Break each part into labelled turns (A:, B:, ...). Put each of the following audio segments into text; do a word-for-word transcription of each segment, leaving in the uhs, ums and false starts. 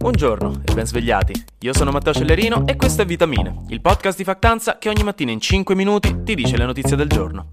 A: Buongiorno e ben svegliati. Io sono Matteo Cellerino e questo è Vitamine, il podcast di Factanza che ogni mattina in cinque minuti ti dice le notizie del giorno.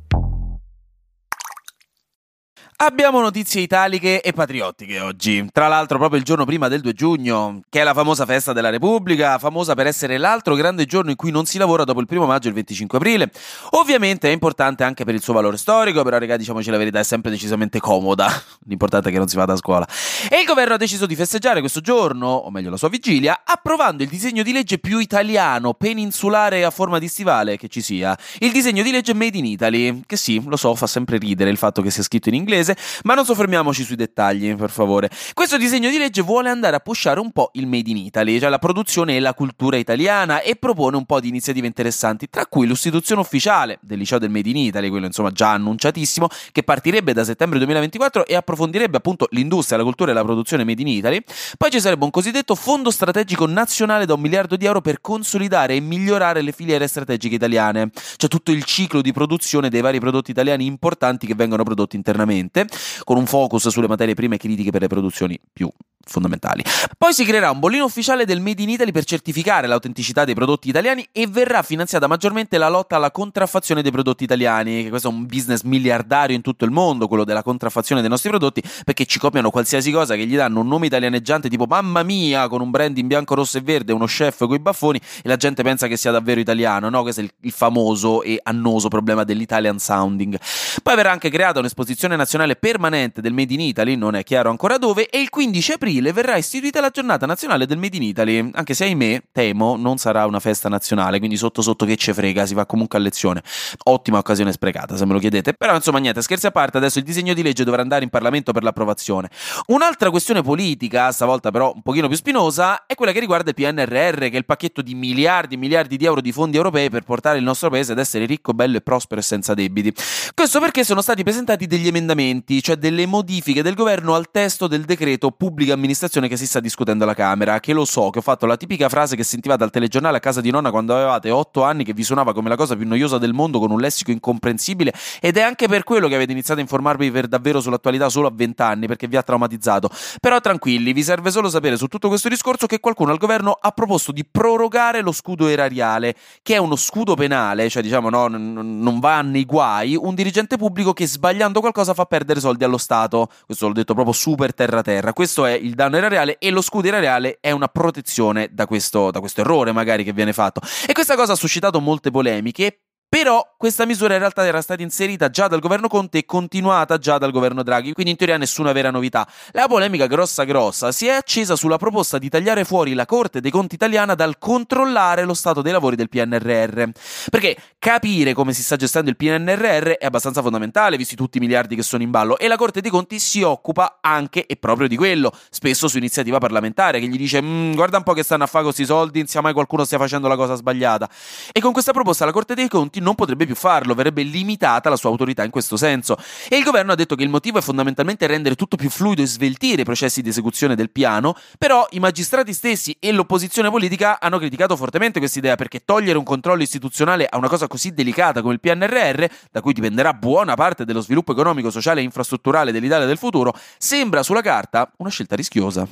B: Abbiamo notizie italiche e patriottiche oggi, tra l'altro proprio il giorno prima del due giugno, che è la famosa festa della Repubblica, famosa per essere l'altro grande giorno in cui non si lavora dopo il primo maggio e il venticinque aprile. Ovviamente è importante anche per il suo valore storico, però raga, diciamoci la verità, è sempre decisamente comoda, l'importante è che non si vada a scuola. E il governo ha deciso di festeggiare questo giorno, o meglio la sua vigilia, approvando il disegno di legge più italiano, peninsulare a forma di stivale che ci sia, il disegno di legge Made in Italy, che sì, lo so, fa sempre ridere il fatto che sia scritto in inglese, ma non soffermiamoci sui dettagli, per favore. Questo disegno di legge vuole andare a pushare un po' il Made in Italy, cioè la produzione e la cultura italiana, e propone un po' di iniziative interessanti, tra cui l'istituzione ufficiale del liceo del Made in Italy, quello insomma già annunciatissimo, che partirebbe da settembre duemilaventiquattro e approfondirebbe appunto l'industria, la cultura e la produzione Made in Italy. Poi ci sarebbe un cosiddetto fondo strategico nazionale da un miliardo di euro per consolidare e migliorare le filiere strategiche italiane, cioè tutto il ciclo di produzione dei vari prodotti italiani importanti che vengono prodotti internamente, con un focus sulle materie prime critiche per le produzioni più fondamentali. Poi si creerà un bollino ufficiale del Made in Italy per certificare l'autenticità dei prodotti italiani e verrà finanziata maggiormente la lotta alla contraffazione dei prodotti italiani, che questo è un business miliardario in tutto il mondo, quello della contraffazione dei nostri prodotti, perché ci copiano qualsiasi cosa che gli danno un nome italianeggiante tipo mamma mia, con un brand in bianco, rosso e verde, uno chef coi baffoni, e la gente pensa che sia davvero italiano, no? Questo è il, il famoso e annoso problema dell'Italian sounding. Poi verrà anche creata un'esposizione nazionale permanente del Made in Italy, non è chiaro ancora dove, e il quindici aprile verrà istituita la giornata nazionale del Made in Italy, anche se ahimè, temo, non sarà una festa nazionale, quindi sotto sotto che ce frega, si va comunque a lezione. Ottima occasione sprecata, se me lo chiedete. Però insomma niente, scherzi a parte, adesso il disegno di legge dovrà andare in Parlamento per l'approvazione. Un'altra questione politica, stavolta però un pochino più spinosa, è quella che riguarda il P N R R, che è il pacchetto di miliardi e miliardi di euro di fondi europei per portare il nostro paese ad essere ricco, bello e prospero e senza debiti. Questo perché sono stati presentati degli emendamenti, cioè delle modifiche del governo al testo del decreto pubblica amministrazione che si sta discutendo alla Camera, che lo so, che ho fatto la tipica frase che sentivate al telegiornale a casa di nonna quando avevate otto anni, che vi suonava come la cosa più noiosa del mondo con un lessico incomprensibile, ed è anche per quello che avete iniziato a informarvi per davvero sull'attualità solo a venti anni, perché vi ha traumatizzato. Però tranquilli, vi serve solo sapere su tutto questo discorso che qualcuno al governo ha proposto di prorogare lo scudo erariale, che è uno scudo penale, cioè diciamo no, n- non va nei guai, un dirigente pubblico che sbagliando qualcosa fa perdere soldi allo Stato. Questo l'ho detto proprio super terra terra. Questo è il danno erariale e lo scudo erariale è una protezione da questo, da questo errore magari che viene fatto. E questa cosa ha suscitato molte polemiche. Però questa misura in realtà era stata inserita già dal governo Conte e continuata già dal governo Draghi, quindi in teoria nessuna vera novità. La polemica grossa grossa si è accesa sulla proposta di tagliare fuori la Corte dei Conti italiana dal controllare lo stato dei lavori del P N R R, perché capire come si sta gestendo il P N R R è abbastanza fondamentale, visti tutti i miliardi che sono in ballo, e la Corte dei Conti si occupa anche e proprio di quello, spesso su iniziativa parlamentare, che gli dice guarda un po' che stanno a fare questi soldi, insieme a qualcuno stia facendo la cosa sbagliata. E con questa proposta la Corte dei Conti non potrebbe più farlo, verrebbe limitata la sua autorità in questo senso. E il governo ha detto che il motivo è fondamentalmente rendere tutto più fluido e sveltire i processi di esecuzione del piano, però i magistrati stessi e l'opposizione politica hanno criticato fortemente questa idea, perché togliere un controllo istituzionale a una cosa così delicata come il P N R R, da cui dipenderà buona parte dello sviluppo economico, sociale e infrastrutturale dell'Italia del futuro, sembra sulla carta una scelta rischiosa.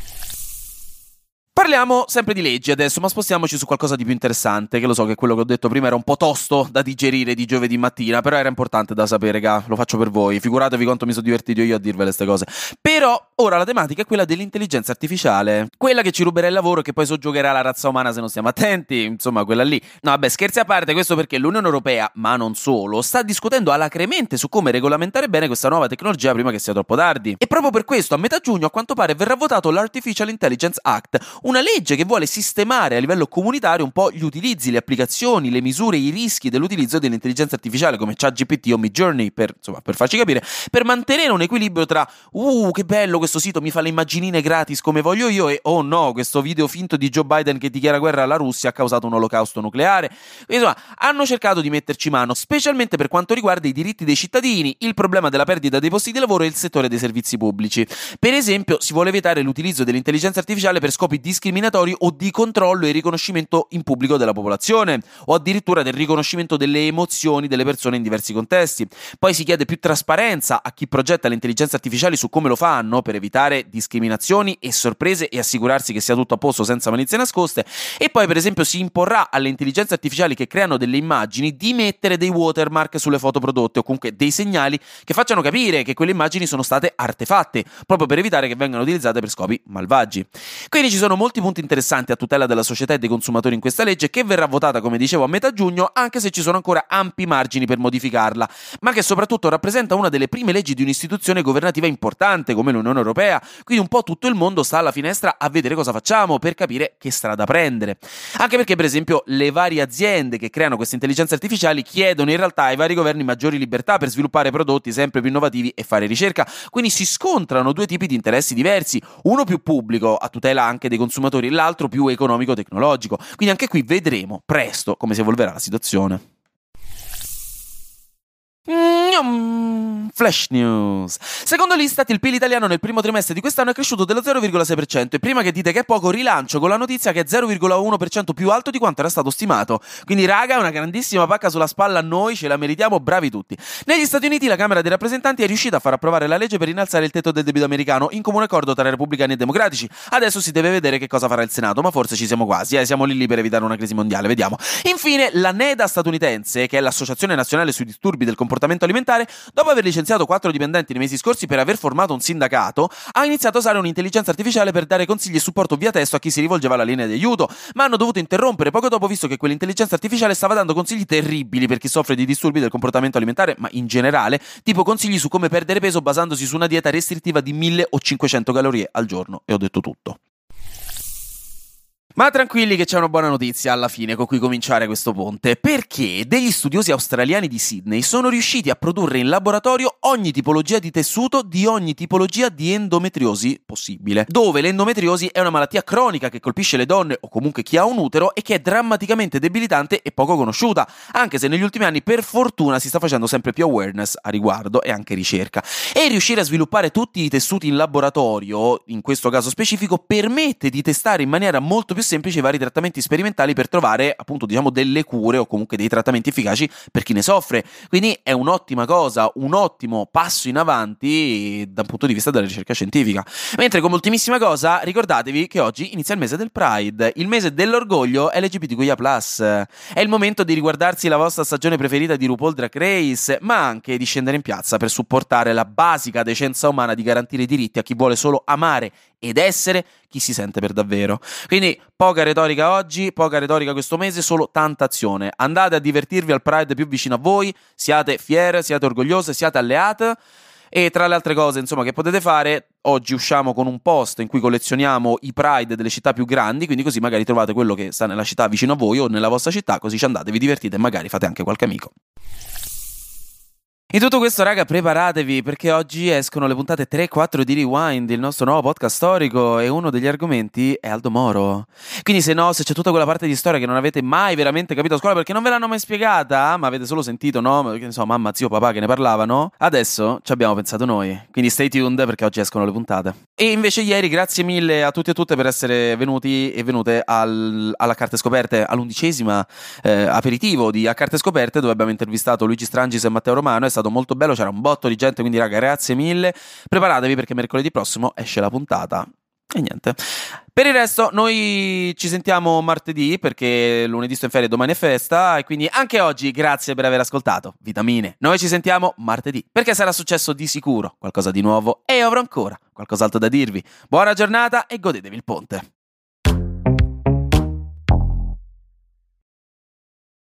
B: Parliamo sempre di leggi adesso, ma spostiamoci su qualcosa di più interessante, che lo so che quello che ho detto prima era un po' tosto da digerire di giovedì mattina, però era importante da sapere, raga, lo faccio per voi, figuratevi quanto mi sono divertito io a dirvele queste cose. Però ora la tematica è quella dell'intelligenza artificiale, quella che ci ruberà il lavoro e che poi soggiogerà la razza umana se non stiamo attenti, insomma quella lì. No vabbè, scherzi a parte, questo perché l'Unione Europea, ma non solo, sta discutendo alacremente su come regolamentare bene questa nuova tecnologia prima che sia troppo tardi. E proprio per questo a metà giugno a quanto pare verrà votato l'Artificial Intelligence Act, una legge che vuole sistemare a livello comunitario un po' gli utilizzi, le applicazioni, le misure, i rischi dell'utilizzo dell'intelligenza artificiale come ChatGPT o Midjourney, per, insomma, per farci capire, per mantenere un equilibrio tra uh, che bello questo sito, mi fa le immaginine gratis come voglio io, e oh no, questo video finto di Joe Biden che dichiara guerra alla Russia ha causato un olocausto nucleare. Insomma, hanno cercato di metterci mano, specialmente per quanto riguarda i diritti dei cittadini, il problema della perdita dei posti di lavoro e il settore dei servizi pubblici. Per esempio, si vuole vietare l'utilizzo dell'intelligenza artificiale per scopi discriminatori o di controllo e riconoscimento in pubblico della popolazione, o addirittura del riconoscimento delle emozioni delle persone in diversi contesti. Poi si chiede più trasparenza a chi progetta le intelligenze artificiali su come lo fanno, per evitare discriminazioni e sorprese e assicurarsi che sia tutto a posto senza malizie nascoste. E poi, per esempio, si imporrà alle intelligenze artificiali che creano delle immagini di mettere dei watermark sulle foto prodotte, o comunque dei segnali che facciano capire che quelle immagini sono state artefatte, proprio per evitare che vengano utilizzate per scopi malvagi. Quindi ci sono molti punti interessanti a tutela della società e dei consumatori in questa legge, che verrà votata, come dicevo, a metà giugno, anche se ci sono ancora ampi margini per modificarla, ma che soprattutto rappresenta una delle prime leggi di un'istituzione governativa importante come l'Unione Europea. Quindi un po' tutto il mondo sta alla finestra a vedere cosa facciamo, per capire che strada prendere. Anche perché, per esempio, le varie aziende che creano queste intelligenze artificiali chiedono in realtà ai vari governi maggiori libertà per sviluppare prodotti sempre più innovativi e fare ricerca. Quindi si scontrano due tipi di interessi diversi, uno più pubblico a tutela anche dei consumatori, l'altro più economico-tecnologico. Quindi anche qui vedremo presto come si evolverà la situazione. Flash News. Secondo l'Istat, il P I L italiano nel primo trimestre di quest'anno è cresciuto dello zero virgola sei per cento, e prima che dite che è poco, rilancio con la notizia che è zero virgola uno per cento più alto di quanto era stato stimato. Quindi raga, una grandissima pacca sulla spalla, noi ce la meritiamo, bravi tutti. Negli Stati Uniti la Camera dei rappresentanti è riuscita a far approvare la legge per innalzare il tetto del debito americano, in comune accordo tra repubblicani e democratici. Adesso si deve vedere che cosa farà il Senato, ma forse ci siamo quasi, eh, siamo lì lì per evitare una crisi mondiale, vediamo. Infine, la NEDA statunitense, che è l'Associazione Nazionale sui Disturbi del Comportamento Alimentare, dopo aver licenziato quattro dipendenti nei mesi scorsi per aver formato un sindacato, ha iniziato a usare un'intelligenza artificiale per dare consigli e supporto via testo a chi si rivolgeva alla linea di aiuto, ma hanno dovuto interrompere poco dopo, visto che quell'intelligenza artificiale stava dando consigli terribili per chi soffre di disturbi del comportamento alimentare, ma in generale, tipo consigli su come perdere peso basandosi su una dieta restrittiva di mille o cinquecento calorie al giorno. E ho detto tutto. Ma tranquilli che c'è una buona notizia alla fine con cui cominciare questo ponte, perché degli studiosi australiani di Sydney sono riusciti a produrre in laboratorio ogni tipologia di tessuto di ogni tipologia di endometriosi possibile, dove l'endometriosi è una malattia cronica che colpisce le donne o comunque chi ha un utero e che è drammaticamente debilitante e poco conosciuta, anche se negli ultimi anni per fortuna si sta facendo sempre più awareness a riguardo e anche ricerca. E riuscire a sviluppare tutti i tessuti in laboratorio, in questo caso specifico, permette di testare in maniera molto più semplici i vari trattamenti sperimentali per trovare appunto diciamo delle cure o comunque dei trattamenti efficaci per chi ne soffre. Quindi è un'ottima cosa, un ottimo passo in avanti dal punto di vista della ricerca scientifica. Mentre come ultimissima cosa ricordatevi che oggi inizia il mese del Pride, il mese dell'orgoglio L G B T Q I A plus. È il momento di riguardarsi la vostra stagione preferita di RuPaul Drag Race, ma anche di scendere in piazza per supportare la basica decenza umana di garantire i diritti a chi vuole solo amare ed essere chi si sente per davvero. Quindi poca retorica oggi, poca retorica questo mese, solo tanta azione. Andate a divertirvi al Pride più vicino a voi, siate fiere, siate orgogliose, siate alleate. E tra le altre cose, insomma, che potete fare, oggi usciamo con un post in cui collezioniamo i Pride delle città più grandi, quindi così magari trovate quello che sta nella città vicino a voi o nella vostra città, così ci andate, vi divertite e magari fate anche qualche amico. In tutto questo, raga, preparatevi, perché oggi escono le puntate tre e quattro di Rewind, il nostro nuovo podcast storico, e uno degli argomenti è Aldo Moro. Quindi se no, se c'è tutta quella parte di storia che non avete mai veramente capito a scuola perché non ve l'hanno mai spiegata, ma avete solo sentito, no? Che ne so, mamma, zio, papà che ne parlavano, adesso ci abbiamo pensato noi. Quindi stay tuned perché oggi escono le puntate. E invece ieri, grazie mille a tutti e tutte per essere venuti e venute al, alla Carte Scoperte, all'undicesima eh, aperitivo di A Carte Scoperte, dove abbiamo intervistato Luigi Strangis e Matteo Romano. È stato molto bello, c'era un botto di gente, quindi raga, grazie mille. Preparatevi perché mercoledì prossimo esce la puntata. E niente. Per il resto noi ci sentiamo martedì, perché lunedì sto in ferie e domani è festa, e quindi anche oggi grazie per aver ascoltato Vitamine. Noi ci sentiamo martedì, perché sarà successo di sicuro qualcosa di nuovo e io avrò ancora qualcos'altro da dirvi. Buona giornata e godetevi il ponte.